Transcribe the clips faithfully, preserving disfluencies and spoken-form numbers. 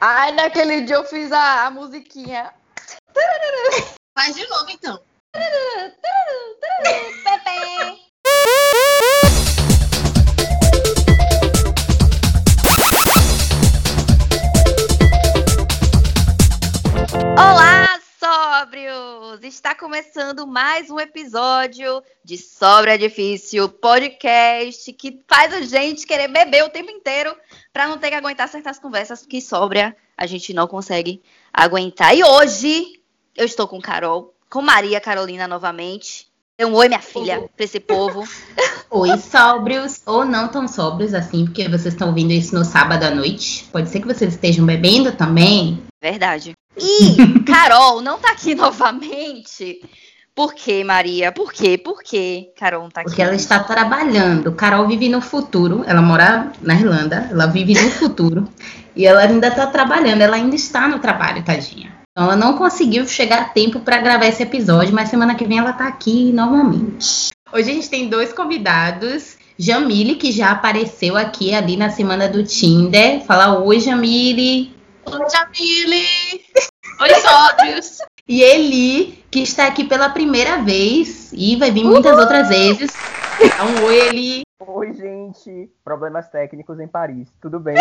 Ai, naquele dia eu fiz a, a musiquinha. Faz de novo, então. Pepe. Olá, sóbrios! Está começando mais um episódio de Sóbrio é Difícil, podcast que faz a gente querer beber o tempo inteiro para não ter que aguentar certas conversas que sóbria a gente não consegue aguentar. E hoje eu estou com Carol, com Maria Carolina novamente. Dê um oi, minha filha, para esse povo. Oi, sóbrios, ou não tão sóbrios assim, porque vocês estão ouvindo isso no sábado à noite. Pode ser que vocês estejam bebendo também. Verdade. E Carol não tá aqui novamente. Por quê, Maria? Por quê? Por quê Carol não tá aqui? Porque ela está trabalhando. Carol vive no futuro. Ela mora na Irlanda. Ela vive no futuro. E ela ainda tá trabalhando. Ela ainda está no trabalho, tadinha. Então ela não conseguiu chegar a tempo para gravar esse episódio. Mas semana que vem ela tá aqui normalmente. Hoje a gente tem dois convidados. Jamile, que já apareceu aqui ali na semana do Tinder. Fala oi, Jamile. Oi, Jamile! Oi, sóbrios! E Eli, que está aqui pela primeira vez e vai vir muitas Uhul! outras vezes. Dá um oi, Eli. Oi, gente. Problemas técnicos em Paris. Tudo bem?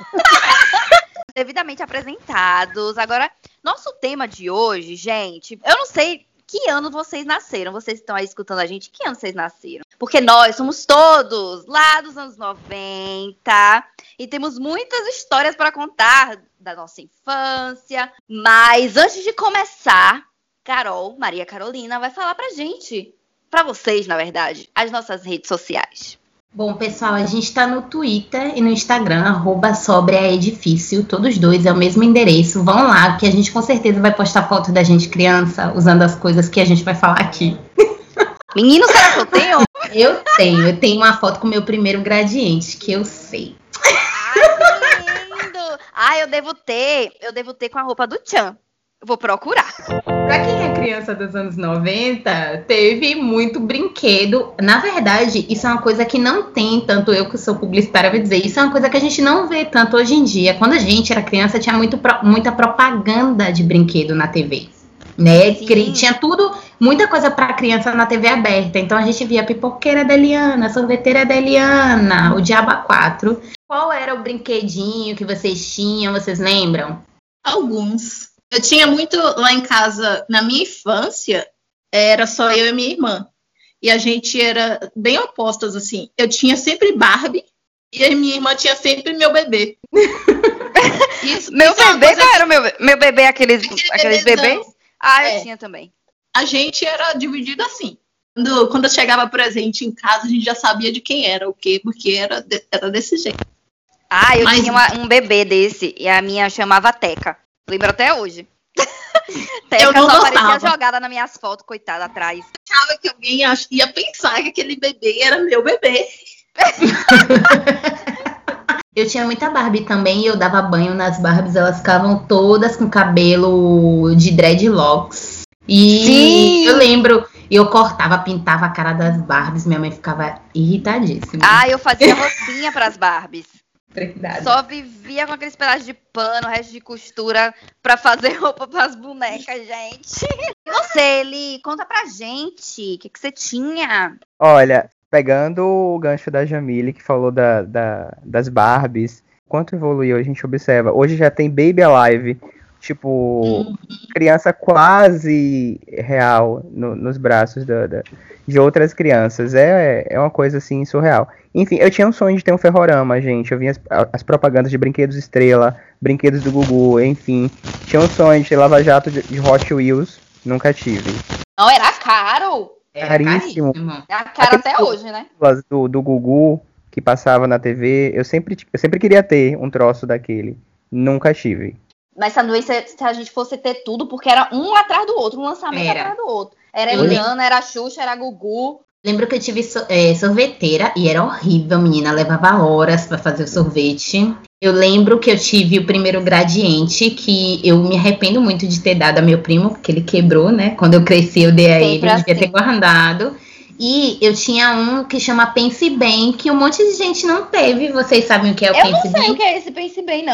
Devidamente apresentados. Agora, nosso tema de hoje, gente, eu não sei que ano vocês nasceram. Vocês estão aí escutando a gente, que ano vocês nasceram? Porque nós somos todos lá dos anos noventa e temos muitas histórias para contar da nossa infância. Mas antes de começar, Carol, Maria Carolina, vai falar pra gente, pra vocês, na verdade, as nossas redes sociais. Bom, pessoal, a gente tá no Twitter e no Instagram, arroba Sóbria é Difícil, todos dois é o mesmo endereço. Vão lá, que a gente com certeza vai postar foto da gente criança, usando as coisas que a gente vai falar aqui. Menino, será que eu tenho? Eu tenho, eu tenho uma foto com o meu primeiro gradiente, que eu sei. Ah, eu devo ter, eu devo ter com a roupa do Tchan. Eu vou procurar. Pra quem é criança dos anos noventa, teve muito brinquedo. Na verdade, isso é uma coisa que não tem, tanto eu que sou publicitária vou dizer, isso é uma coisa que a gente não vê tanto hoje em dia. Quando a gente era criança, tinha muito, muita propaganda de brinquedo na T V. Né? Tinha tudo, muita coisa pra criança na T V aberta. Então a gente via Pipoqueira da Eliana, Sorveteira da Eliana, o Diaba quatro. Qual era o brinquedinho que vocês tinham, vocês lembram? Alguns. Eu tinha muito lá em casa, na minha infância, era só eu e minha irmã. E a gente era bem opostas, assim. Eu tinha sempre Barbie e a minha irmã tinha sempre meu bebê. Isso, meu isso bebê, é qual era o meu, meu bebê? Aqueles, aquele aqueles bebês? Ah, eu é. tinha também. A gente era dividido assim. Quando, quando chegava presente em casa, a gente já sabia de quem era, o quê, porque era, de, era desse jeito. Ah, eu Mas... tinha uma, um bebê desse, e a minha chamava Teca. Lembro até hoje. Teca eu não só gostava. aparecia jogada nas minhas fotos, coitada, atrás. Eu achava que alguém ia, ia pensar que aquele bebê era meu bebê. Eu tinha muita Barbie também e eu dava banho nas Barbies, elas ficavam todas com cabelo de dreadlocks. E Sim. eu lembro, eu cortava, pintava a cara das Barbies, minha mãe ficava irritadíssima. Ah, eu fazia roupinha pras Barbies. Verdade. Só vivia com aqueles pedaços de pano, resto de costura pra fazer roupa pras bonecas, gente. E você, Eli, conta pra gente, o que, que você tinha? Olha, pegando o gancho da Jamile, que falou da, da, das Barbies, quanto evoluiu a gente observa. Hoje já tem Baby Alive, tipo, uhum. criança quase real no, nos braços da, da, de outras crianças. É, é uma coisa, assim, surreal. Enfim, eu tinha um sonho de ter um ferrorama, gente. Eu via as, as propagandas de brinquedos Estrela, brinquedos do Gugu, enfim. Tinha um sonho de ter lava-jato de, de Hot Wheels, nunca tive. Não, era caro. Era caríssimo. caríssimo. É caro até hoje, né? Do, do Gugu, que passava na T V, eu sempre, eu sempre queria ter um troço daquele. Nunca tive. Mas também se, se a gente fosse ter tudo, porque era um atrás do outro, um lançamento era. atrás do outro. Era Eliana, era Xuxa, era Gugu. Lembro que eu tive so- é, sorveteira e era horrível, menina. Levava horas pra fazer o sorvete. Eu lembro que eu tive o primeiro gradiente, que eu me arrependo muito de ter dado a meu primo, porque ele quebrou, né? Quando eu cresci, eu dei a Sempre ele, eu devia assim. ter guardado. E eu tinha um que chama Pense Bem, que um monte de gente não teve. Vocês sabem o que é o Eu Pense não sei Bem? o que é esse Pense Bem, não.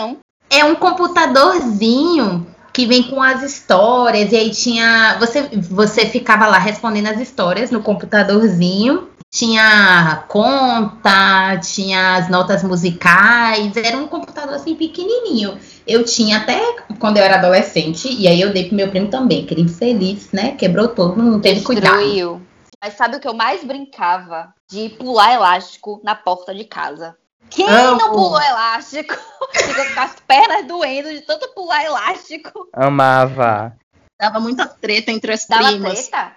É um computadorzinho que vem com as histórias, e aí tinha. Você, você ficava lá respondendo as histórias no computadorzinho. Tinha conta, tinha as notas musicais, era um computador assim pequenininho. Eu tinha até quando eu era adolescente, e aí eu dei pro meu primo também, que ele infeliz, né? Quebrou todo, não teve cuidado. Destruiu. Mas sabe o que eu mais brincava? De pular elástico na porta de casa. Quem Amo. não pulou elástico? Fica com as pernas doendo de tanto pular elástico. Amava. Dava muita treta entre as Dava primas. treta?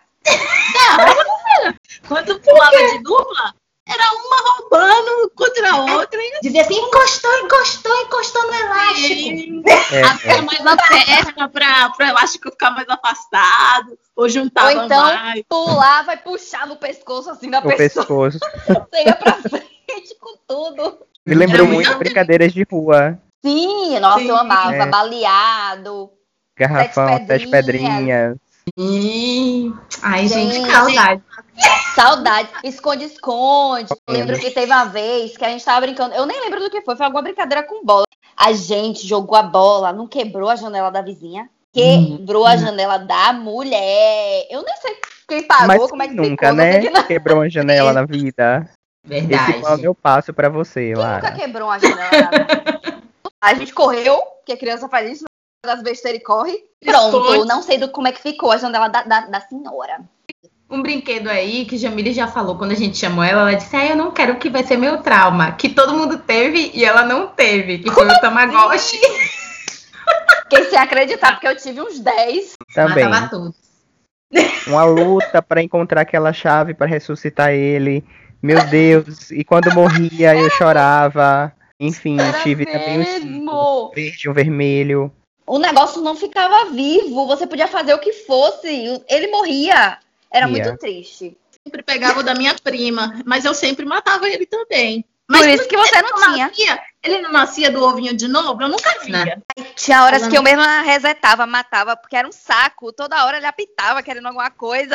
Quando pulava de dupla, era uma roubando contra a outra. E Dizia assim, encostou, encostou, encostou no elástico. É, até mais a perna para o elástico ficar mais afastado, ou juntava Ou então mais. pulava e puxava o pescoço assim na o pessoa. pescoço. Você ia pra frente com tudo. Me lembrou Era muito muito- brincadeiras de rua. Sim, nossa, Sim. eu amava. É. Baleado. Garrafão, Sete sete pedrinhas. Ih, ai, gente, Gente. saudade. Saudade. Esconde-esconde. Eu lembro que teve uma vez que a gente tava brincando. Eu nem lembro do que foi. Foi alguma brincadeira com bola. A gente jogou a bola, não quebrou a janela da vizinha. Quebrou a janela da mulher. Eu nem sei quem pagou, Mas como é que nunca, ficou. Só sei né? que não. Quebrou uma janela na vida. Verdade. Esse plano eu passo pra você, Quem nunca Lara. quebrou uma janela da vida? A gente correu, porque criança faz isso, das besteiras e corre. Pronto, Esconde. não sei do, como é que ficou a janela da, da, da senhora. Um brinquedo aí que Jamile já falou quando a gente chamou ela, ela disse, ah, eu não quero que vai ser meu trauma, que todo mundo teve e ela não teve, que foi o Tamagotchi. Fiquei sem acreditar, porque eu tive uns dez. Também. Matava tudo. Uma luta pra encontrar aquela chave pra ressuscitar ele. Meu Deus. E quando morria eu chorava. Enfim, Era tive também os cinco. mesmo. Um verde e um vermelho. O negócio não ficava vivo. Você podia fazer o que fosse. Ele morria. Era Ia. muito triste. Sempre pegava o da minha prima, mas eu sempre matava ele também. Por Mas isso que você ele não tinha. nascia, ele não nascia do ovinho de novo? Eu nunca via. Tinha horas que eu mesma resetava, matava, porque era um saco. Toda hora ele apitava, querendo alguma coisa.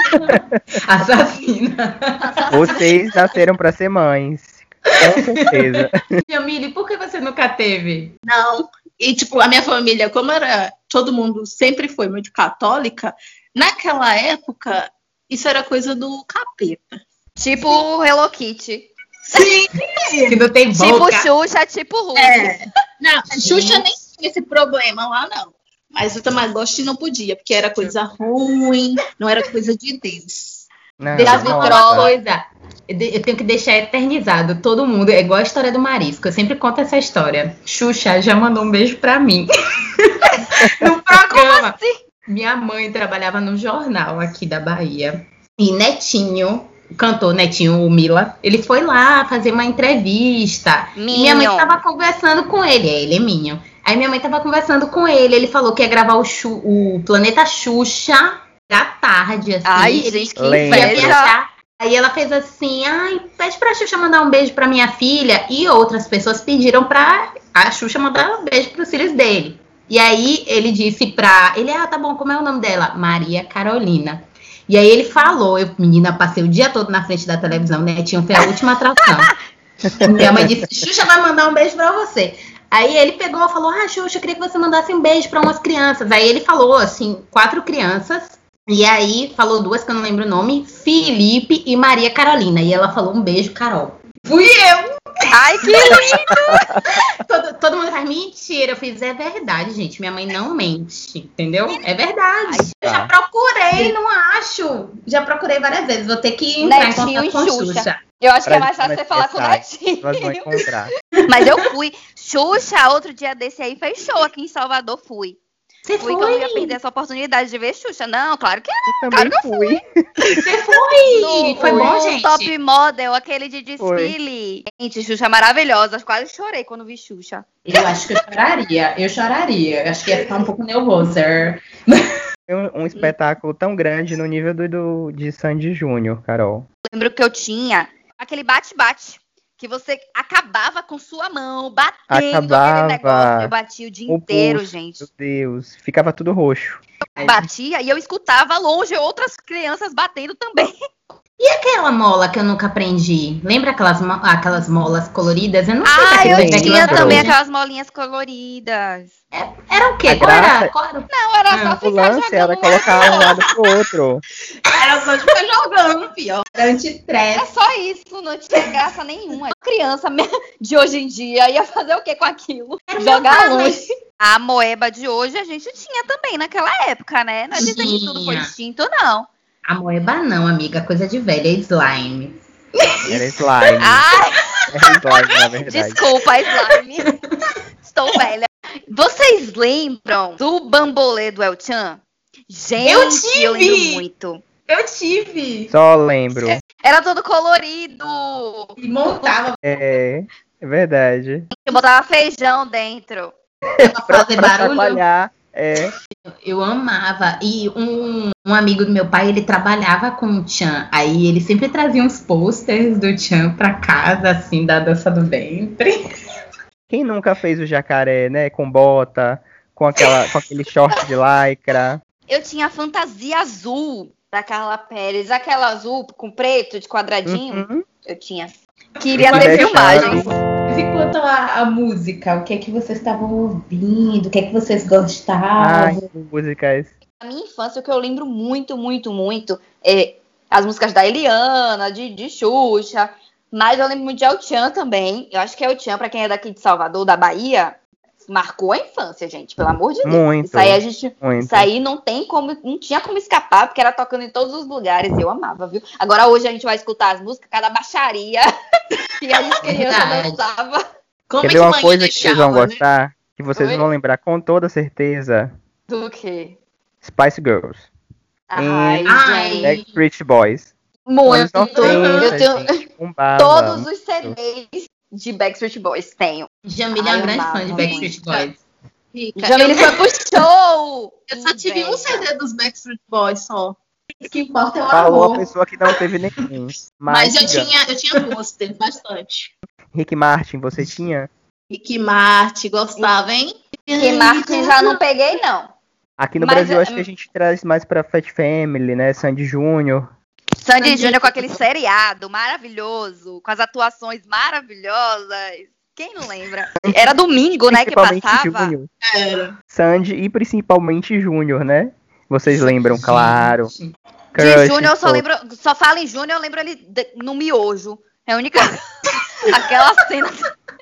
Assassina. Vocês nasceram pra ser mães. Com certeza. Jamile, por que você nunca teve? Não. E, tipo, a minha família, como era, todo mundo sempre foi muito católica, naquela época, isso era coisa do capeta. Tipo o Hello Kitty. Sim. Que não tem Tipo boca. Xuxa, tipo Hulk. É. Não, a Xuxa nem tinha esse problema lá, não. Mas o Tamagotchi não podia, porque era coisa ruim, não era coisa de Deus. Não, Deixa eu Das falar vitrolas. uma coisa. Eu de- eu tenho que deixar eternizado todo mundo. É igual a história do Marisco. Eu sempre conto essa história. Xuxa já mandou um beijo pra mim. No programa. Minha mãe trabalhava no jornal aqui da Bahia. E Netinho, o cantor Netinho, o Mila, ele foi lá fazer uma entrevista. E minha mãe Minho. estava conversando com ele. É, ele é Minho. Aí minha mãe tava conversando com ele. Ele falou que ia gravar o, Xu- o Planeta Xuxa da tarde, assim. Ai, Ele gente, que Lembro. ia inveja. viajar. Aí ela fez assim, ai, pede pra Xuxa mandar um beijo pra minha filha. E outras pessoas pediram pra a Xuxa mandar um beijo pros filhos dele. E aí ele disse pra... Ele, ah, tá bom, como é o nome dela? Maria Carolina. E aí ele falou, eu, menina, passei o dia todo na frente da televisão, né? Tinha foi a última atração. Minha mãe disse, Xuxa vai mandar um beijo pra você. Aí ele pegou e falou, ah, Xuxa, eu queria que você mandasse um beijo pra umas crianças. Aí ele falou, assim, quatro crianças. E aí falou duas que eu não lembro o nome, Felipe e Maria Carolina. E ela falou um beijo, Carol. Fui eu! Ai, que lindo. Todo, todo mundo faz mentira. Eu fiz, é verdade, gente. Minha mãe não mente, entendeu? É verdade. Eu já procurei, não acho. Já procurei várias vezes. Vou ter que entrar em Netinho contato e com Xuxa. Xuxa. Eu acho que é Pra mais fácil gente você falar com o conversar. Netinho. Nós vamos encontrar. Mas eu fui. Xuxa, outro dia desse aí, fez show aqui em Salvador. Fui. Você Fui que eu não ia foi? perder essa oportunidade de ver Xuxa. Não, claro que Eu também Claro que fui. Você foi! no, Foi bom, no gente? Top Model, aquele de desfile. Gente, Xuxa é maravilhosa. Quase chorei quando vi Xuxa. Eu acho que eu choraria. Eu choraria. Eu acho que ia ficar um pouco nervosa. Foi um, um espetáculo tão grande no nível do, do de Sandy Júnior, Carol. Lembro que eu tinha aquele bate-bate. Que você acabava com sua mão, batendo Acabava. aquele negócio. Eu batia o dia O inteiro, pulso, gente. Meu Deus, ficava tudo roxo. Batia e eu escutava longe outras crianças batendo também. E aquela mola que eu nunca aprendi? Lembra aquelas, mo- aquelas molas coloridas? Eu não sei se Ah, aquilo eu vai ter tinha até também hoje. aquelas molinhas coloridas. Era o quê? A Qual era? graça- Qual era? Não, era Ah, só O ficar lance jogando. era colocar um lado pro outro. Era só de ficar jogando, pior. Era É anti-stress. só isso, não tinha graça nenhuma. Criança me- de hoje em dia ia fazer o que com aquilo? Era Jogar uma longe. A moeba de hoje a gente tinha também naquela época, né? Não é dizer que tudo foi Tinha. extinto, não. A moeba não, amiga. Coisa de velha. É slime. Era slime. Ai, Era slime, na verdade. desculpa, slime. Estou velha. Vocês lembram do bambolê do El Chan? Gente, Eu tive! eu lembro muito. Eu tive. Só lembro. Era todo colorido. E montava É, é verdade. Eu botava feijão dentro. pra fazer Pra barulho. trabalhar. É. Eu amava. E um, um amigo do meu pai, ele trabalhava com o Chan. Aí ele sempre trazia uns posters do Chan pra casa, assim, da dança do ventre. Quem nunca fez o jacaré, né? Com bota, com, aquela, com aquele short de lycra. Eu tinha a fantasia azul da Carla Pérez. Aquela azul com preto, de quadradinho. Uhum. Eu tinha. Queria Esse ter vexame. filmagens. Mas e quanto à, à música? O que é que vocês estavam ouvindo? O que é que vocês Ai, gostavam? músicas. Na minha infância, o que eu lembro muito, muito, muito é as músicas da Eliana, de, de Xuxa. Mas eu lembro muito de El Chan também. Eu acho que El Chan, pra quem é daqui de Salvador, da Bahia, marcou a infância, gente. Pelo amor de Deus. Muito. Isso aí a gente. Muito. Isso aí não tem como, não tinha como escapar, porque era tocando em todos os lugares. E eu amava, viu? Agora hoje a gente vai escutar as músicas, cada baixaria que a gente criança Verdade. dançava. Como Quer é ver uma mãe coisa que vocês vão deixava, né? gostar? Que vocês Oi? vão lembrar com toda certeza. Do quê? Spice Girls. Ai, Ai. gente. Backstreet Boys. Muito. Anos Eu noventa, tenho gente, bombava. todos os C Ds de Backstreet Boys. Tenho. Jamile é Ai, uma grande amava fã de Backstreet muito. Boys. Rica. Jamile foi pro show! Eu só tive um Inveja. C D dos Backstreet Boys só. O que importa é o Falou a amor. pessoa que não teve nenhum. Mas eu digamos, tinha, eu tinha pôster, bastante. Rick Martin, você tinha? Rick Martin, gostava, hein? Que Martin já não peguei, não. Aqui no Mas, Brasil, é, acho que a gente traz mais pra Fat Family, né? Sandy Júnior. Sandy Júnior com aquele seriado maravilhoso, com as atuações maravilhosas. Quem não lembra? Era domingo, né, que Principalmente passava. Júnior. Era. Sandy e principalmente Júnior, né? Vocês lembram, claro. De Crush, Júnior eu só pô. lembro, só falo em Júnior, eu lembro ele de- no miojo. É a única. Aquela cena.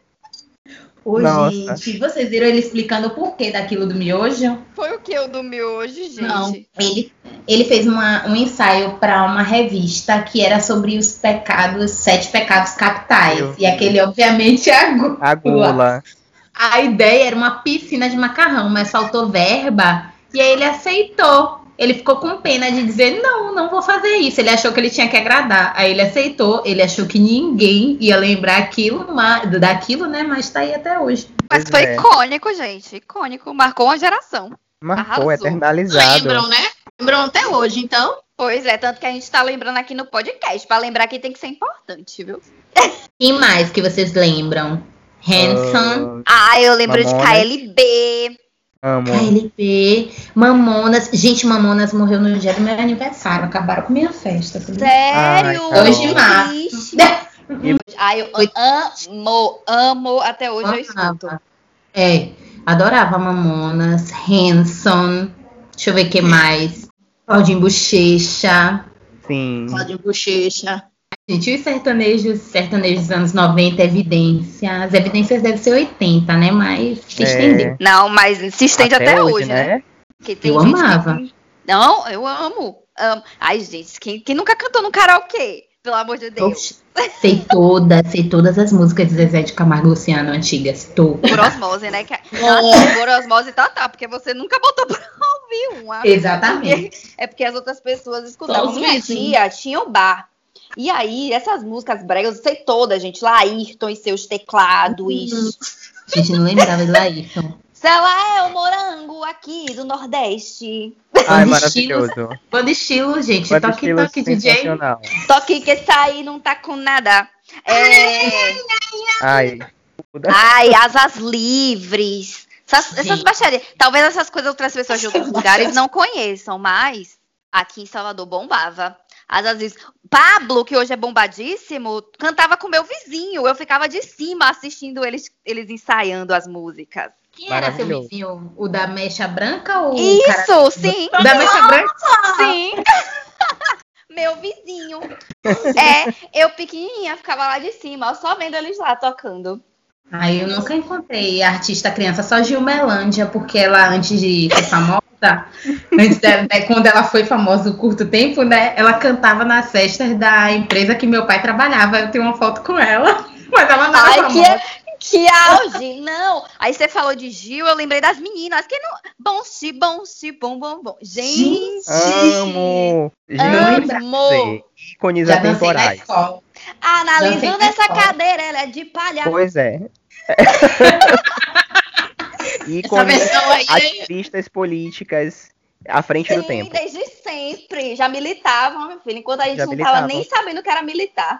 Ô, Nossa. gente, vocês viram ele explicando o porquê daquilo do miojo? Foi o que o do miojo, gente? Não. Ele, ele fez uma- um ensaio para uma revista que era sobre os pecados, sete pecados capitais. Eu E aquele, obviamente, é a gula. A gula. A ideia era uma piscina de macarrão, mas faltou verba. E aí ele aceitou. Ele ficou com pena de dizer, não, não vou fazer isso. Ele achou que ele tinha que agradar. Aí ele aceitou, ele achou que ninguém ia lembrar aquilo, mas, daquilo, né? Mas tá aí até hoje. Mas Pois foi é. icônico, gente. Icônico. Marcou uma geração. Marcou, Arrasou. eternalizado. Lembram, né? Lembram até hoje, então. Pois é, tanto que a gente tá lembrando aqui no podcast. Pra lembrar que tem que ser importante, viu? E mais que vocês lembram? Hanson, Ah, eu lembro de Mamonas. K L B. Amo. K L B, Mamonas. Gente, Mamonas morreu no dia do meu aniversário. Acabaram com minha festa. Tudo bem? Sério? Ai, Hoje, março. Triste. Ai, eu amo, amo. Até hoje eu escuto. É, adorava Mamonas, Hanson. Deixa eu ver o que mais. Claudinho Bochecha. Sim. Claudinho Bochecha. Gente, os sertanejos, sertanejos dos anos noventa, Evidência. As Evidências devem ser oitenta, né? Mas se É. estendeu. Não, mas se estende até, hoje, né? Porque tem Eu gente amava. que- Não, eu amo, amo. Ai, gente, quem, quem nunca cantou no karaokê? Pelo amor de Deus. Oxe, sei todas, sei todas as músicas de Zezé de Camargo e Luciano antigas. Tô. Por osmose, né? Que... Nossa, por osmose tá, tá. Porque você nunca botou pra ouvir uma. Exatamente. É porque as outras pessoas escutavam. Só os Minha vizinhos. tia tinha um bar. E aí, essas músicas bregas, eu sei todas, gente. Laírton e seus teclados. A gente não lembrava de Laírton. Se ela é o morango aqui do Nordeste. Ai, Banda maravilhoso. Banda estilo, gente. Banda Toque, estilo toque, D J. sensacional. Toque que esse aí não tá com nada. É... Ai. Ai, asas livres. Essas, essas Sim. baixarias. Talvez essas coisas outras pessoas de outros lugares não conheçam, mas aqui em Salvador bombava. Asas livres. Pablo, que hoje é bombadíssimo, cantava com meu vizinho. Eu ficava de cima assistindo eles, eles ensaiando as músicas. Quem era seu Maravilhoso. vizinho? O da mecha branca ou o Isso, cara... sim. O da mecha branca? Sim. Meu vizinho. É, eu pequenininha, ficava lá de cima, só vendo eles lá tocando. Aí eu nunca encontrei artista criança, só Gilmelândia, porque ela, antes de ser famosa, antes de, né, quando ela foi famosa no curto tempo, né, ela cantava nas festas da empresa que meu pai trabalhava. Eu tenho uma foto com ela, mas ela não era Ai, famosa. que, que auge! Não! Aí você falou de Gil, eu lembrei das meninas. Que não... Bom, si, bom, si, bom, bom, bom. Gente! Amo! Gente, Amo! ícones Já dancei na atemporais. escola. Analisando Dancei essa na escola. cadeira, ela é de palha. Pois é. Essa Ícones, versão aí. ativistas políticas à frente do Sim, tempo. desde sempre. Já militavam, meu filho, enquanto a gente Já não tava militavam. nem sabendo que era militar.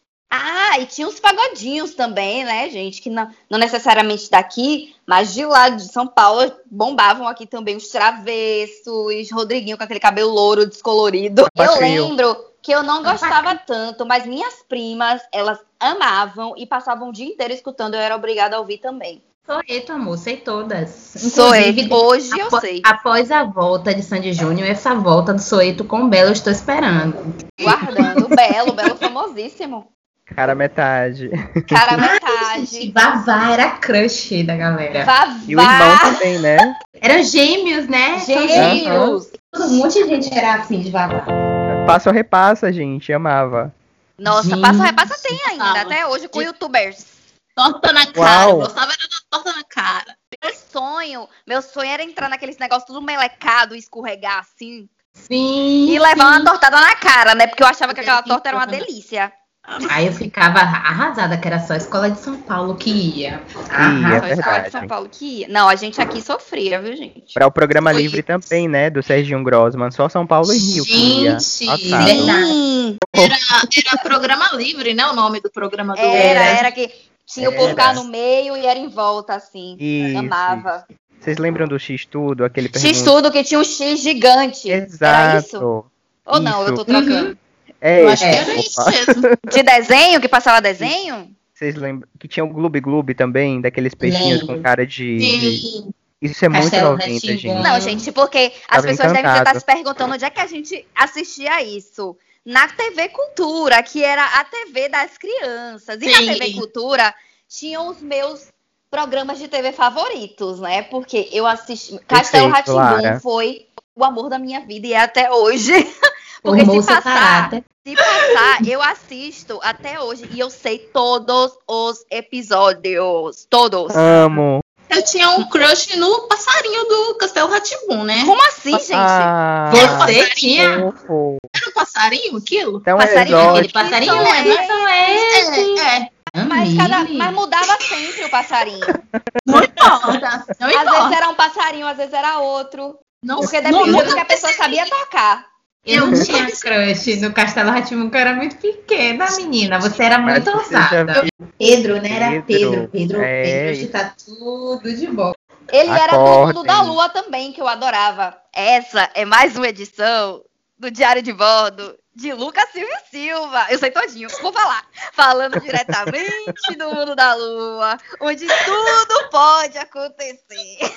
Ah, e tinha os pagodinhos também, né, gente? Que não, não necessariamente daqui, mas de lá de São Paulo bombavam aqui também os travessos, Rodriguinho com aquele cabelo louro descolorido. Eu Bacrio. lembro que eu não gostava tanto, mas minhas primas, elas amavam e passavam o dia inteiro escutando. Eu era obrigada a ouvir também. Soeto, amor, sei todas. Sou eu. Inclusive, Hoje eu apo- sei. Após a volta de Sandy Júnior, essa volta do Soeto com o Belo, eu estou esperando. Guardando. Belo, Belo famosíssimo. Cara metade. Cara, Gente, metade. Vavá era crush da galera. Vavá. E o irmão também, né? Eram gêmeos, né? São Gêmeos. Um monte de gente era afim de Vavá. Passa ou repassa, gente. Amava. Nossa, Gente. passa repassa tem ainda, Fala. até hoje, com youtubers. Torta na cara. Uau. Gostava era da torta na cara. Meu sonho, meu sonho era entrar naqueles negócios tudo melecado, escorregar assim, Sim. e levar uma tortada na cara, né? Porque eu achava que aquela Sim, torta era uma sim. delícia. Aí eu ficava arrasada, que era só a escola de São Paulo que ia. é Arrasada. Só a escola de verdade. São Paulo que ia. Não, a gente aqui sofria, viu, gente? Para o programa Foi livre isso. também, né? Do Serginho Grossman. Só São Paulo e Rio que ia. Gente, Passado. verdade. Sim, Era, era programa livre, né? O nome do programa do era, Era. era que tinha o povo Era. ficar no meio e era em volta, assim. Isso, Amava. Vocês lembram do X-Tudo? Aquele X pergunta... tudo que tinha um X gigante. Era isso? Exato. Ou não, eu tô Isso. trocando. É, Eu acho que É. era isso opa. mesmo. De desenho, que passava desenho? Vocês lembram que tinha o Gloob Gloob também, daqueles peixinhos Lembro. com cara de, de- Sim. Isso é muito Castelo noventa, Rá-Tim-Bum. gente. Não, gente, porque as Tava pessoas devem encantado. estar se perguntando onde é que a gente assistia isso. Na T V Cultura, que era a T V das crianças. E Sim. na T V Cultura tinham os meus programas de T V favoritos, né? Porque eu assisti. Castelo Perfeito, Rá-Tim-Bum Lara. foi o amor da minha vida e é até hoje. Porque Formou se seu passar, caráter. se passar, eu assisto até hoje e eu sei todos os episódios. Todos. Amo. Eu tinha um crush no passarinho do Castelo Rá-Tim-Bum, né? Como assim, gente? Ah, Você tinha? fofo. Era um passarinho aquilo? Tão Passarinho, exótico. Aquele passarinho, Isso né? é. Mas são esses. É, é. Mas, cada, Amiga. mas mudava sempre o passarinho. Não importa. Não Às vezes importa. era um passarinho, às vezes era outro. Não, Porque não, dependia nunca do que a pessoa sabia tocar. Eu não tinha crush no Castelo Rá-Tim-Bum, porque eu era muito pequena, menina. Você era Mas muito você já ousada. viu- Pedro, né? Era Pedro. Pedro. Pedro, É, Pedro, isso. hoje tá tudo de bom. Ele era do Acordem. mundo da lua também, que eu adorava. Essa é mais uma edição do Diário de Bordo de Lucas Silvio Silva. Eu sei todinho, vou falar. Falando diretamente do mundo da lua, onde tudo pode acontecer.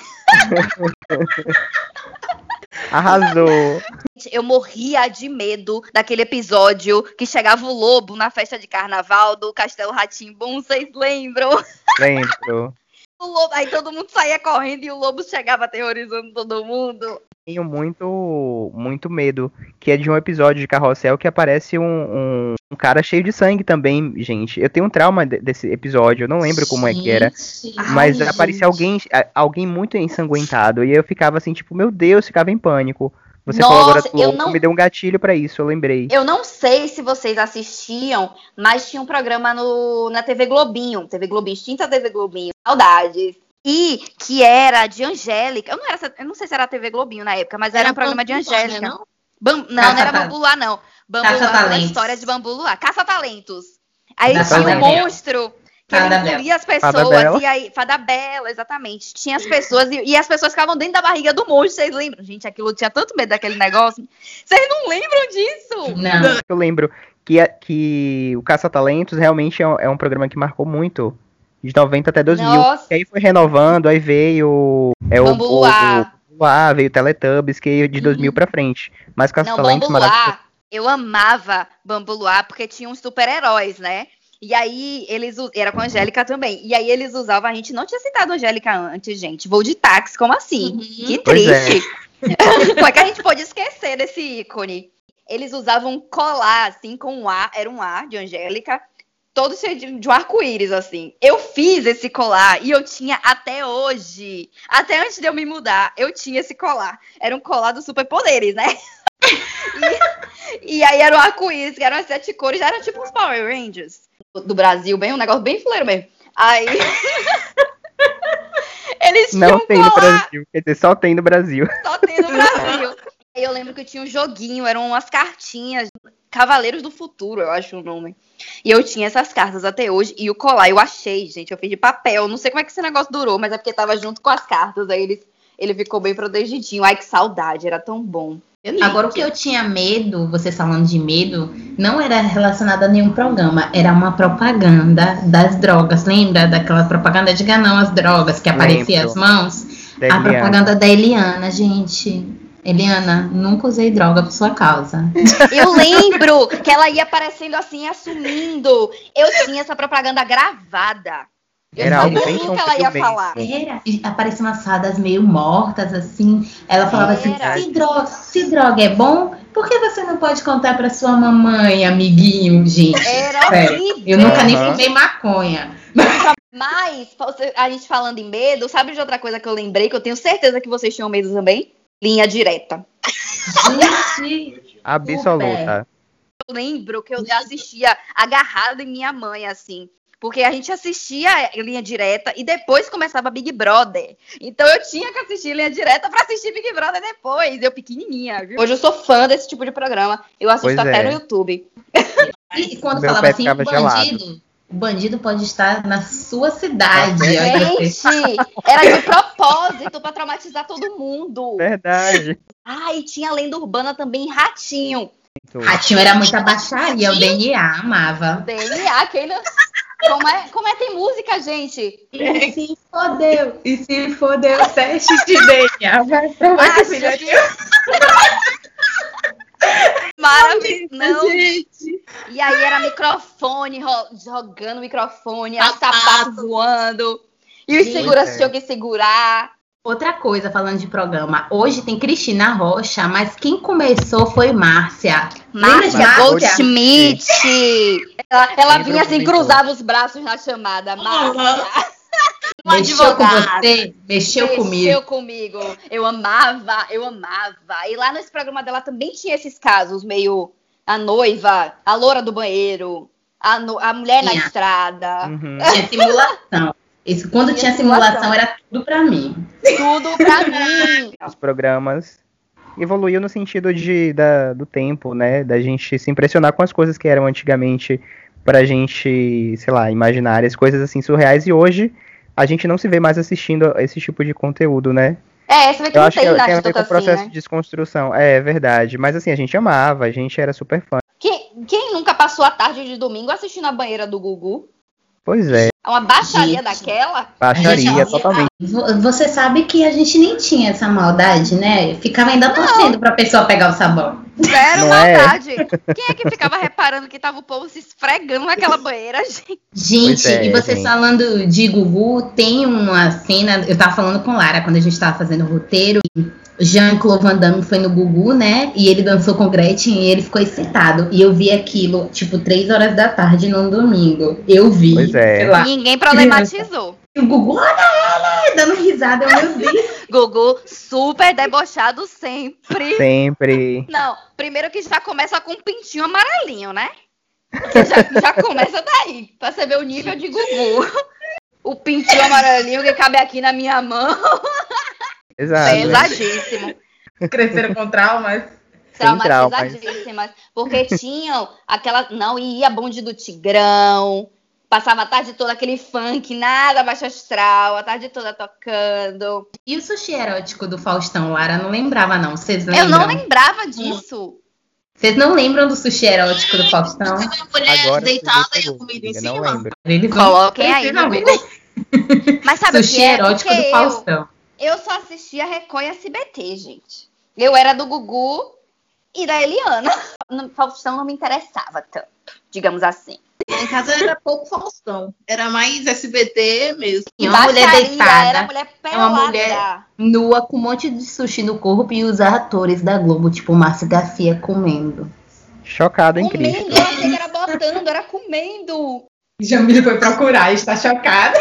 Arrasou. Eu morria de medo daquele episódio que chegava o lobo na festa de carnaval do Castelo Rá-Tim-Bum, vocês lembram? Lembro. O lobo, aí todo mundo saía correndo e o lobo chegava aterrorizando todo mundo. Tenho muito, muito medo, que é de um episódio de Carrossel que aparece um, um, um cara cheio de sangue também, gente. Eu tenho um trauma de- desse episódio, eu não lembro como é que era. Gente. Mas Ai, aparecia gente. alguém, a- alguém muito ensanguentado. E eu ficava assim, tipo, meu Deus, ficava em pânico. Você Nossa, falou agora do eu lobo, não- me deu um gatilho pra isso, eu lembrei. Eu não sei se vocês assistiam, mas tinha um programa no, na T V Globinho. T V Globinho, extinta T V Globinho. Saudades. E que era de Angélica. Eu não, era, eu não sei se era a T V Globinho na época, mas era, um programa de Bambu Luar, Angélica. né, não? Bam- não, Caça não era ta- Bambu Luar, não. Bambu Caça Luar era uma talentos. história de Bambu Luar. Caça-talentos. Aí Da tinha um Fada Bela. monstro que Fada ele engolia as Fada pessoas. Bela. E aí, Fada Bela, exatamente. Tinha as pessoas e, e as pessoas ficavam dentro da barriga do monstro. Vocês lembram? Gente, aquilo eu tinha tanto medo daquele negócio. Vocês não lembram disso? Não. Eu lembro que, que o Caça-Talentos realmente é um, é um programa que marcou muito, de noventa até dois mil. Nossa. E aí foi renovando, aí veio é, o, Bambu o, Luar. o Luar, veio Teletubbies, que é de dois mil pra frente. Mas Não, Caça-Talentos Bambu maravilhoso. Luar, eu amava Bambu Luar porque tinha uns super-heróis, né? E aí, eles u- era com a Angélica também. E aí, eles usavam. A gente não tinha citado a Angélica antes, gente. Voo de táxi, como assim? Uhum. Que Pois é. triste. Como é que a gente pode esquecer desse ícone? Eles usavam um colar, assim, com um ar. Era um ar de Angélica, todo cheio de, de um arco-íris, assim. Eu fiz esse colar e eu tinha até hoje. Até antes de eu me mudar, eu tinha esse colar. Era um colar dos superpoderes, né? E, e aí era um arco-íris, que eram as sete cores, já era tipo uns Power Rangers do, do Brasil, bem, um negócio bem fuleiro mesmo. Aí eles tinham Não um tem no colar, Brasil, quer dizer, só tem no Brasil. só tem no Brasil. Aí eu lembro que tinha um joguinho, eram umas cartinhas, Cavaleiros do Futuro, eu acho o nome. E eu tinha essas cartas até hoje, e o colar eu achei, gente, eu fiz de papel, não sei como é que esse negócio durou, mas é porque tava junto com as cartas, aí ele, ele ficou bem protegidinho. Ai, que saudade, era tão bom. Agora, o que eu tinha medo, vocês falando de medo, não era relacionado a nenhum programa, era uma propaganda das drogas. Lembra daquela propaganda de não as drogas, que aparecia Lembro. as mãos? Da A Eliana. propaganda da Eliana, gente. Eliana, nunca usei droga por sua causa. Eu lembro que ela ia aparecendo assim, assumindo. Eu tinha essa propaganda gravada. Eu Era sabia algo bem tudo que ela ia Shawn falar. Era, e apareciam umas fadas meio mortas, assim. Ela falava Era. assim, se droga, se droga é bom, por que você não pode contar pra sua mamãe, amiguinho, gente? Era Sério, horrível. eu nunca nem Aham. fumei maconha. Mas, você- a gente falando em medo, sabe de outra coisa que eu lembrei, que eu tenho certeza que vocês tinham medo também? Linha direta. Gente, Absoluta. Eu lembro que eu assistia agarrada em minha mãe, assim. Porque a gente assistia Linha Direta e depois começava Big Brother. Então eu tinha que assistir Linha Direta pra assistir Big Brother depois. Eu pequenininha, viu? Hoje eu sou fã desse tipo de programa. Eu assisto Pois até é. no YouTube. E quando Meu falava pé assim, ficava o bandido, o bandido pode estar na sua cidade. Olha você. Gente, era de propósito pra traumatizar todo mundo. Verdade. Ah, e tinha a lenda urbana também, Ratinho. Ratinho era muita baixaria, o D N A amava. D N A, quem não... Como é, como é tem música, gente? E se fodeu, e se fodeu, teste de D N A, vai provar que o filho é Maravilhoso. Não. Gente. E aí era microfone, ro- jogando microfone, era Sapato. sapato voando. E os Gente. seguranças tinham que segurar. Outra coisa, falando de programa, hoje tem Cristina Rocha, mas quem começou foi Márcia. Lembra de Márcia Márcia? Goldschmidt. Ela, ela Lembro vinha assim, muito. cruzava os braços na chamada. Márcia. Um Mexeu com advogado. você? Mexeu comigo. Mexeu comigo. Eu amava, eu amava. E lá nesse programa dela também tinha esses casos, meio a noiva, a loura do banheiro, a, no- a mulher na Tinha. estrada. Uhum. Tinha simulação. Esse, quando Tinha tinha simulação, simulação. era tudo pra mim. Tudo pra mim. Os programas evoluiu no sentido de, da, do tempo, né? Da gente se impressionar com as coisas que eram antigamente pra gente, sei lá, imaginárias, coisas assim surreais. E hoje a gente não se vê mais assistindo esse tipo de conteúdo, né? É, você vê que Eu não acho que tem tem a idade ver com tanto o assim, processo né? de desconstrução. É, é verdade. Mas assim, a gente amava, a gente era super fã. Quem, quem nunca passou a tarde de domingo assistindo a banheira do Gugu? Pois é, É uma baixaria Gente. daquela. baixaria A gente- totalmente. Vo- Você sabe que a gente nem tinha essa maldade, né? Ficava ainda torcendo pra pessoa pegar o sabão. Zero Não é? maldade. Quem é que ficava reparando que tava o povo se esfregando naquela banheira, gente? Gente, Pois é, e vocês gente. falando de Gugu, tem uma cena, eu tava falando com Lara quando a gente tava fazendo o roteiro, Jean-Claude Van Damme foi no Gugu, né, e ele dançou com Gretchen e ele ficou excitado, e eu vi aquilo, tipo, três horas da tarde num domingo, eu vi, Pois é. sei lá, Ninguém problematizou. e o Gugu, olha ele, dando risada, eu, meu Deus, Gugu super debochado sempre. Sempre. Não, primeiro que já começa com um pintinho amarelinho, né? Que já, já começa daí, pra você ver o nível de Gugu. O pintinho amarelinho que cabe aqui na minha mão. Exato. Pesadíssimo. cresceram com traumas. Sem traumas. Traumatizadíssimas. Porque tinham aquela. Não, ia bonde do Tigrão. Passava a tarde toda aquele funk, nada baixo astral, a tarde toda tocando. E o sushi erótico do Faustão, Lara, não lembrava não, vocês Eu lembram? não lembrava disso. Vocês não lembram do sushi erótico do Faustão? Uma mulher Agora deitada você e a me comida em pegou, não cima. lembro. Eles vão Coloquem aí precisar no ver. Google. Mas sabe o Sushi que é? erótico Porque do eu, Faustão. eu só assistia Record e S B T, gente. Eu era do Gugu e da Eliana. No Faustão não me interessava tanto, digamos assim. Em casa era pouco Faustão. Era mais S B T mesmo. E uma mulher Baixaria, deitada, era mulher é pelada. uma mulher nua com um monte de sushi no corpo e os atores da Globo, tipo Márcio Garcia, comendo. Chocado em Comendo, Cristo. eu achei que era botando, era comendo. Jamila foi procurar, está chocada.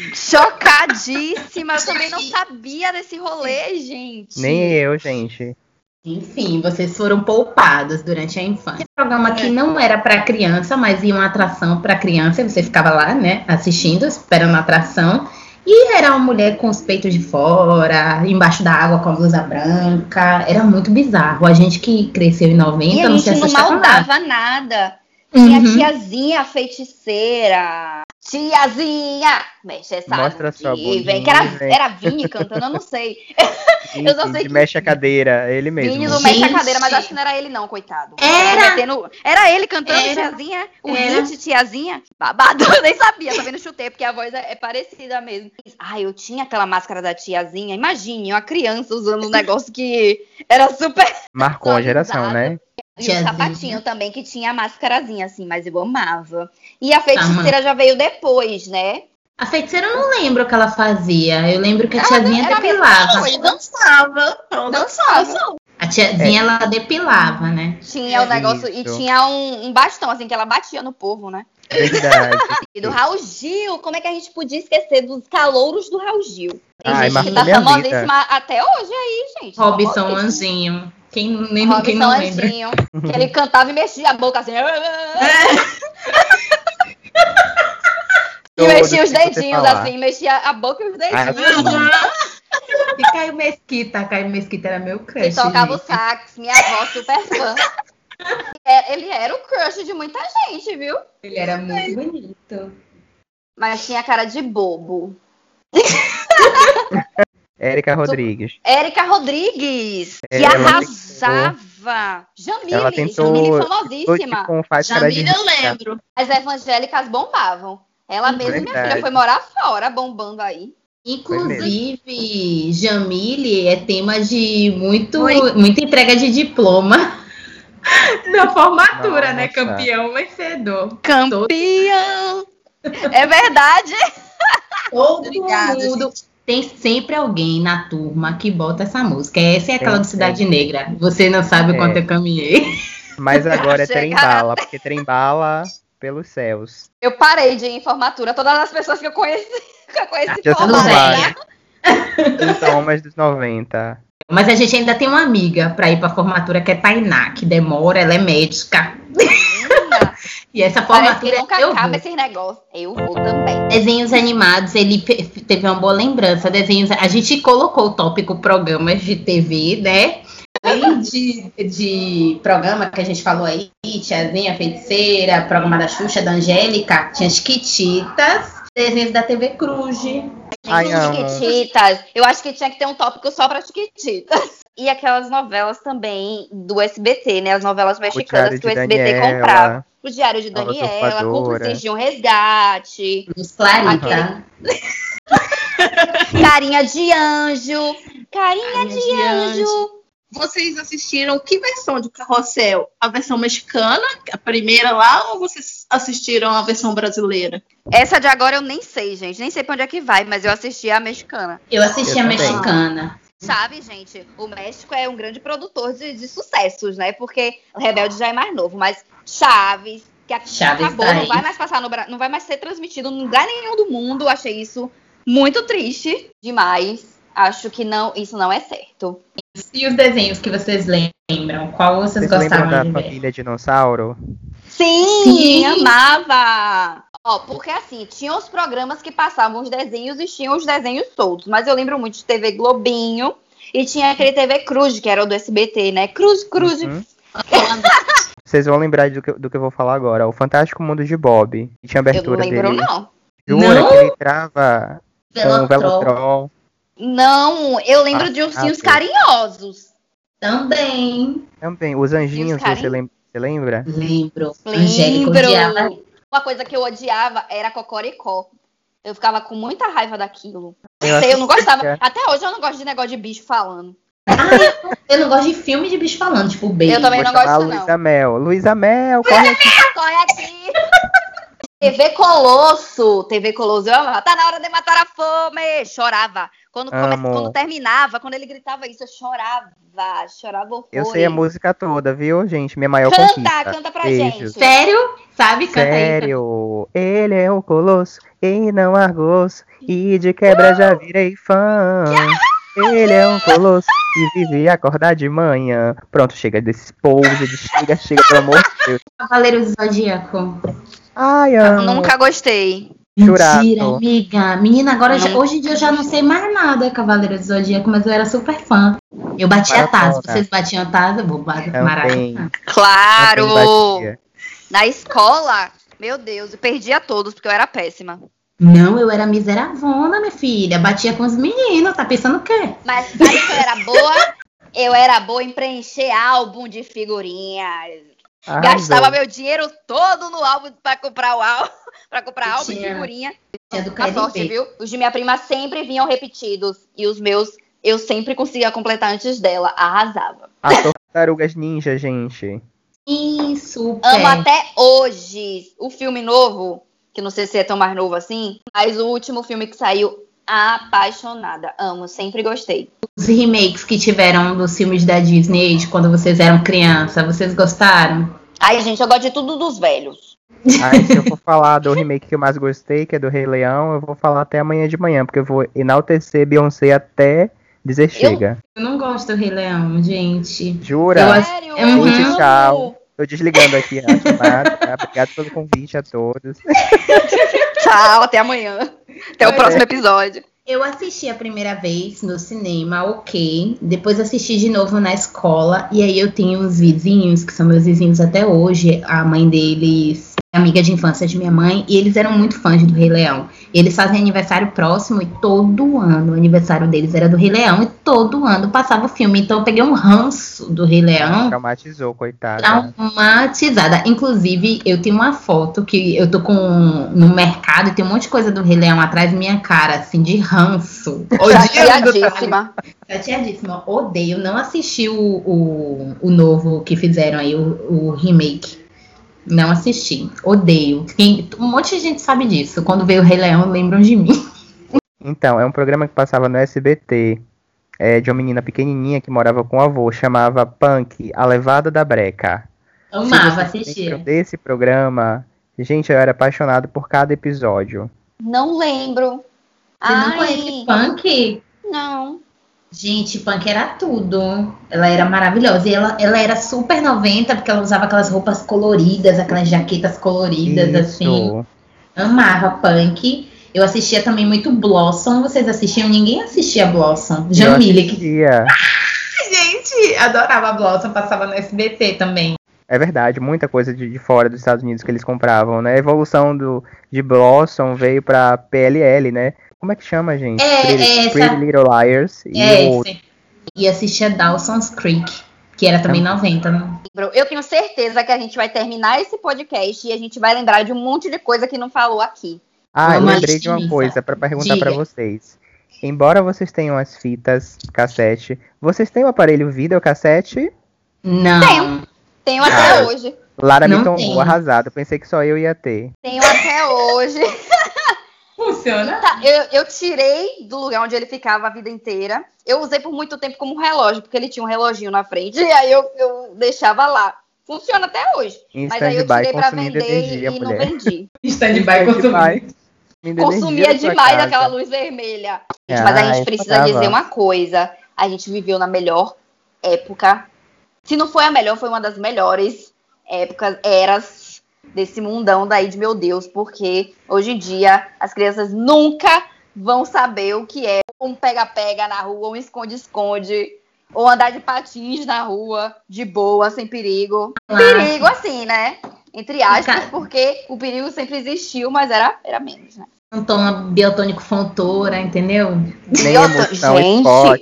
Chocadíssima, eu também não sabia desse rolê, gente. Nem eu, gente. Enfim, vocês foram poupados durante a infância. Esse programa aqui não era para criança, mas ia uma atração para criança. Você ficava lá, né, assistindo, esperando a atração. E era uma mulher com os peitos de fora, embaixo da água com a blusa branca. Era muito bizarro. A gente que cresceu em noventa E a não se gente não assusta com nada. maldava nada. Tinha Uhum. a tiazinha, a feiticeira. Tiazinha, mexe essa Mostra água sua aqui, bundinha, vem. Que era, vem. era Vini cantando, eu não sei. Eu só sei Que que- mexe a cadeira, ele mesmo. Vini não Gente. mexe a cadeira, mas acho que não era ele não, coitado. Era. Metendo- Era ele cantando Era. tiazinha, o Era. hit tiazinha. Babado, eu nem sabia, também não chutei, porque a voz é, é parecida mesmo. Ah, eu tinha aquela máscara da tiazinha. Imagine, uma criança usando um negócio que era super... Marcou a geração, né? E o Tiazinha. sapatinho também, que tinha a máscarazinha, assim, mas eu amava. E a feiticeira já veio depois, né? A feiticeira eu não lembro o que ela fazia. Eu lembro que a Ela tiazinha era a mesma depilava. coisa. Dançava. Ela Dançava. dançava. A tiazinha, ela depilava, né? Tinha o negócio, e Isso. tinha um, um bastão, assim, que ela batia no povo, né? Verdade. E do Raul Gil, como é que a gente podia esquecer dos calouros do Raul Gil? Tem Ai, gente que marcou tá minha famosíssima até hoje aí, gente. Robson Famosíssima. Anjinho. Quem, nem, Robson quem não lembra? Anjinho, que ele cantava e mexia a boca assim. E Todos mexia os que você dedinhos falar. assim, mexia a boca e os Ah, dedinhos. E Caio Mesquita. Caio Mesquita era meu crush. Que tocava o gente. sax, minha avó super fã. É, Ele era o crush de muita gente, viu? Ele era muito bonito. Mas tinha cara de bobo. Érica Rodrigues. Érica Rodrigues, que Ela arrasava. Jamile, Ela tentou- Jamile Foi famosíssima. tipo um faz cara de Jamila eu rica. lembro. As evangélicas bombavam. Ela mesma, minha Verdade. filha, foi morar fora, bombando aí. Inclusive, Jamile é tema de muito, Oi. muita entrega de diploma na formatura, né? Nossa. Campeão vencedor. Campeão! É verdade. Todo Obrigada, mundo. Tem sempre alguém na turma que bota essa música. Essa é aquela Tem, do Cidade Negra. Você não sabe o É. quanto eu caminhei. Mas agora é Chega. trem-bala, porque trem-bala pelos céus. Eu parei de ir em formatura. Todas as pessoas que eu conheci, que eu conheci Já são formaram, várias. né? Sintomas dos noventa. Mas a gente ainda tem uma amiga pra ir pra formatura que é Tainá, que demora, ela é médica. Menina, E essa parece formatura que nunca eu acaba vou. esse negócio. Eu vou também. Desenhos animados, ele pe- teve uma boa lembrança. Desenhos, a gente colocou o tópico programas de T V, né? Além de, de programa que a gente falou aí, Tiazinha, Feiticeira, programa da Xuxa, da Angélica, tinha as Chiquititas, desenhos da T V Cruz. Ai, amo. Chiquititas. Eu acho que tinha que ter um tópico só pra Chiquititas. E aquelas novelas também do S B T, né? As novelas mexicanas Diário que o de S B T Daniela, comprava. O Diário de A Daniela, Usurpadora. Cúmplices de um Resgate, Os Clarita. Aquele- Carinha de Anjo, Carinha Carinha de, de Anjo. Vocês assistiram que versão de Carrossel? A versão mexicana, a primeira lá, ou vocês assistiram a versão brasileira? Essa de agora eu nem sei, gente. Nem sei pra onde é que vai, mas eu assisti a mexicana. Eu assisti Eu a também. mexicana. Sabe, gente, o México é um grande produtor de, de sucessos, né? Porque o Rebelde já é mais novo, mas Chaves, que a- Chaves acabou, tá não aí. vai mais passar no Bra- não vai mais ser transmitido em lugar nenhum do mundo. Achei isso muito triste demais. Acho que não, isso não é certo. E os desenhos que vocês lembram? Qual vocês Vocês lembram gostavam da de ver? família Dinossauro? Sim, Sim. amava! Ó, porque assim, tinha os programas que passavam os desenhos e tinham os desenhos soltos. Mas eu lembro muito de T V Globinho e tinha aquele T V Cruz, que era o do S B T, né? Cruz, Cruz. Uhum. Vocês vão lembrar do que, do que eu vou falar agora. O Fantástico Mundo de Bob. E tinha Eu não abertura lembro, dele. não. Jura Não? que ele entrava com o Velotrol. Velotrol. Não, eu lembro de ursinhos Passava. carinhosos. Também. Também. Os anjinhos, carinhos? você lembra? Você lembra? Lembro. Angélica odiava. Lembro. Uma coisa que eu odiava era Cocoricó. Eu ficava com muita raiva daquilo. Eu Não sei, eu não gostava. que é. Até hoje eu não gosto de negócio de bicho falando. Ah, eu não gosto de filme de bicho falando, tipo beijo. Eu também Vou não chamar gosto, a não. Luísa Mel. Luísa Mel, corre aqui. Corre aqui! T V Colosso. T V Colosso, eu amava. Tá na hora de matar a fome. Chorava. Quando, come... Amo. Quando terminava, quando ele gritava isso, eu chorava. Chorava horrores. Eu sei a música toda, viu, gente? Minha maior Canta, conquista. canta pra Beijos. gente. Sério? Sabe? Canta aí. Sério, ele é um colosso e não argoço, e de quebra já virei fã. Ele é um colosso e vive acordar de manhã. Pronto, chega desse povo, de chega, chega, pelo amor de Deus. Cavaleiro do Zodíaco. Ai, amo. Nunca gostei. Churato. Mentira, amiga. Menina, agora já- Não. hoje em dia eu já não sei mais nada Cavaleiro do Zodíaco, mas eu era super fã. Eu batia Maratona. taça. Vocês batiam taça? Eu vou bater Também. maracanã. Claro! Também batia. Na escola, meu Deus, eu perdia todos porque eu era péssima. Não, eu era miseravona, minha filha. Batia com os meninos. Tá pensando o quê? Mas sabe que eu era boa? Eu era boa em preencher álbum de figurinhas. Arrasou. Gastava meu dinheiro todo no álbum pra comprar o álbum, pra comprar álbum de Tinha- figurinha. Tinha do A sorte, K D P. viu? Os de minha prima sempre vinham repetidos. E os meus, eu sempre conseguia completar antes dela. Arrasava. As Tartarugas Ninja, gente. Ih, super. Amo até hoje o filme novo, que não sei se é tão mais novo assim, mas o último filme que saiu, apaixonada. Amo, sempre gostei. Os remakes que tiveram dos filmes da Disney de quando vocês eram criança, vocês gostaram? Ai, gente, eu gosto de tudo dos velhos. Aí, se eu for falar do remake que eu mais gostei, que é do Rei Leão, eu vou falar até amanhã de manhã, porque eu vou enaltecer Beyoncé até dizer chega. Eu não gosto do Rei Leão, gente. Jura? Eu acho- Sério? Uhum. Gente, tchau. Tô desligando aqui a chamada, tá? Obrigado pelo convite a todos. Tchau, até amanhã. Até o Até. próximo episódio. Eu assisti a primeira vez no cinema, ok. Depois assisti de novo na escola. E aí eu tenho uns vizinhos, que são meus vizinhos até hoje. A mãe deles é amiga de infância de minha mãe. E eles eram muito fãs do Rei Leão. Eles fazem aniversário próximo e todo ano o aniversário deles era do Rei Leão. E todo ano passava o filme. Então eu peguei um ranço do Rei Leão. Traumatizou, coitada. Traumatizada. Inclusive, eu tenho uma foto que eu tô com no mercado e tem um monte de coisa do Rei Leão atrás da minha cara, assim, de ranço. Chateadíssima. Chateadíssima. Odeio. Não assisti o, o, o novo que fizeram aí, o, o remake. Não assisti. Odeio. Quem- um monte de gente sabe disso. Quando veio o Rei Leão, lembram de mim. Então, é um programa que passava no S B T, é, de uma menina pequenininha que morava com o avô, chamava Punk, a Levada da Breca. Amava Se vocês assistir. lembram desse programa, gente, eu era apaixonado por cada episódio. Não lembro. Você não Ai, conhece Punk? não. Gente, Punk era tudo. Ela era maravilhosa. E ela, ela era super noventa, porque ela usava aquelas roupas coloridas, aquelas jaquetas coloridas, assim. Isso. Amava Punk. Eu assistia também muito Blossom. Vocês assistiam? Ninguém assistia Blossom. Jamile. Eu Que... assistia. Gente, adorava Blossom. Passava no S B T também. É verdade, muita coisa de, de fora dos Estados Unidos que eles compravam, né? A evolução do, de Blossom veio pra P L L, né? Como é que chama, gente? É, Pretty, é essa- Pretty Little Liars. E É o esse. E assistia Dawson's Creek, que era também noventa, né? Eu tenho certeza que a gente vai terminar esse podcast e a gente vai lembrar de um monte de coisa que não falou aqui. Ah, eu Uma lembrei de uma listinha. coisa pra perguntar pra Diga. vocês. Embora vocês tenham as fitas cassete, vocês têm o aparelho videocassete? Não. Tenho. Tenho até Ah. hoje. Lara me Não tombou tenho. arrasado. Pensei que só eu ia ter. Tenho até hoje. Funciona? Tá, eu, eu tirei do lugar onde ele ficava a vida inteira. Eu usei por muito tempo como relógio, porque ele tinha um reloginho na frente. E aí eu, eu deixava lá. Funciona até hoje. Em Mas aí eu stand-by, tirei pra consumindo vender energia, e não mulher. vendi. Stand-by Stand-by, consumindo. consumindo Consumia energia na sua demais casa. aquela luz vermelha. Gente, mas a Ah, gente precisa tava. dizer uma coisa. A gente viveu na melhor época. Se não foi a melhor, foi uma das melhores épocas, eras desse mundão daí de meu Deus. Porque hoje em dia as crianças nunca vão saber o que é um pega-pega na rua, um esconde-esconde, ou andar de patins na rua, de boa, sem perigo. Perigo assim, né? Entre aspas, porque o perigo sempre existiu, mas era, era menos, né? Não toma biotônico Fontoura, entendeu? Nem Biota- emoção, Gente. esporte.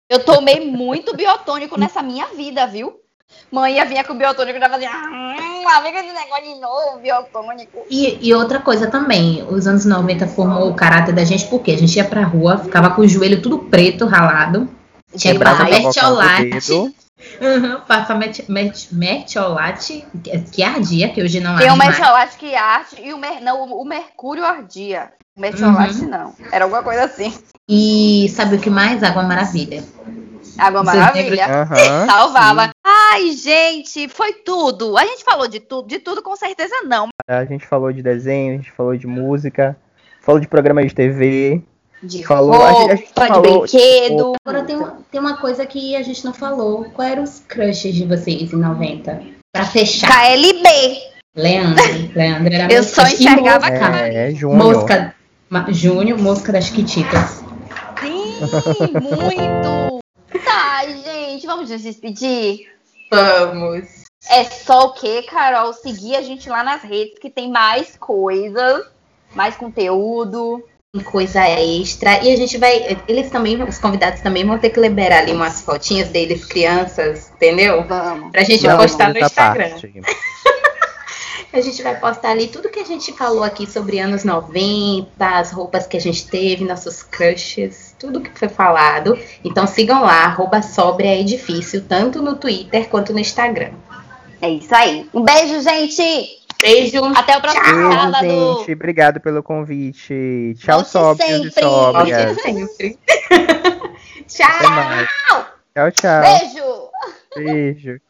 Eu tomei muito biotônico nessa minha vida, viu? Mãe ia vir com o biotônico e já fazia, hum, amiga de negócio de novo, biotônico. E, e outra coisa também, os anos noventa formou o caráter da gente, porque a gente ia pra rua, ficava com o joelho tudo preto, ralado, tinha que passar mertiolate, uhum, passar mertiolate, mertiolate, que ardia, que hoje não arde. Tem o mertiolate que arde e o, mer, não, o mercúrio ardia. O mertiolate uhum. não, era alguma coisa assim. E sabe o que mais? Água Maravilha. Água Maravilha. Uhum, salvava. Sim. Ai, gente, foi tudo. A gente falou de tudo, de tudo com certeza não. A gente falou de desenho, a gente falou de música, falou de programa de T V. De falou, roupa, a gente, a gente de falou, brinquedo. Tipo, agora tem, tem uma coisa que a gente não falou. Qual eram os crushes de vocês em noventa? Pra fechar. K L B. Leandro. Leandro era Eu só enxergava mosca, cara. É, Júnior. Mosca. Júnior, Mosca das Chiquititas. Sim, muito. Tá, gente, vamos nos despedir? Vamos. É só o quê, Carol? Seguir a gente lá nas redes, que tem mais coisas, mais conteúdo. Coisa extra. E a gente vai... Eles também, os convidados também vão ter que liberar ali umas fotinhas deles, crianças, entendeu? Vamos. Pra gente Vamos, postar no Instagram. Parte. A gente vai postar ali tudo que a gente falou aqui sobre anos noventa, as roupas que a gente teve, nossos crushes, tudo que foi falado. Então sigam lá, arroba Sobre é Edifício, tanto no Twitter quanto no Instagram. É isso aí. Um beijo, gente! Beijo! Até o próximo Beijo, sábado! gente. Obrigado pelo convite. Tchau, Volte sóbrios e sempre. sóbrias. Volte sempre! Até mais. Tchau! Tchau, tchau. Beijo! Beijo.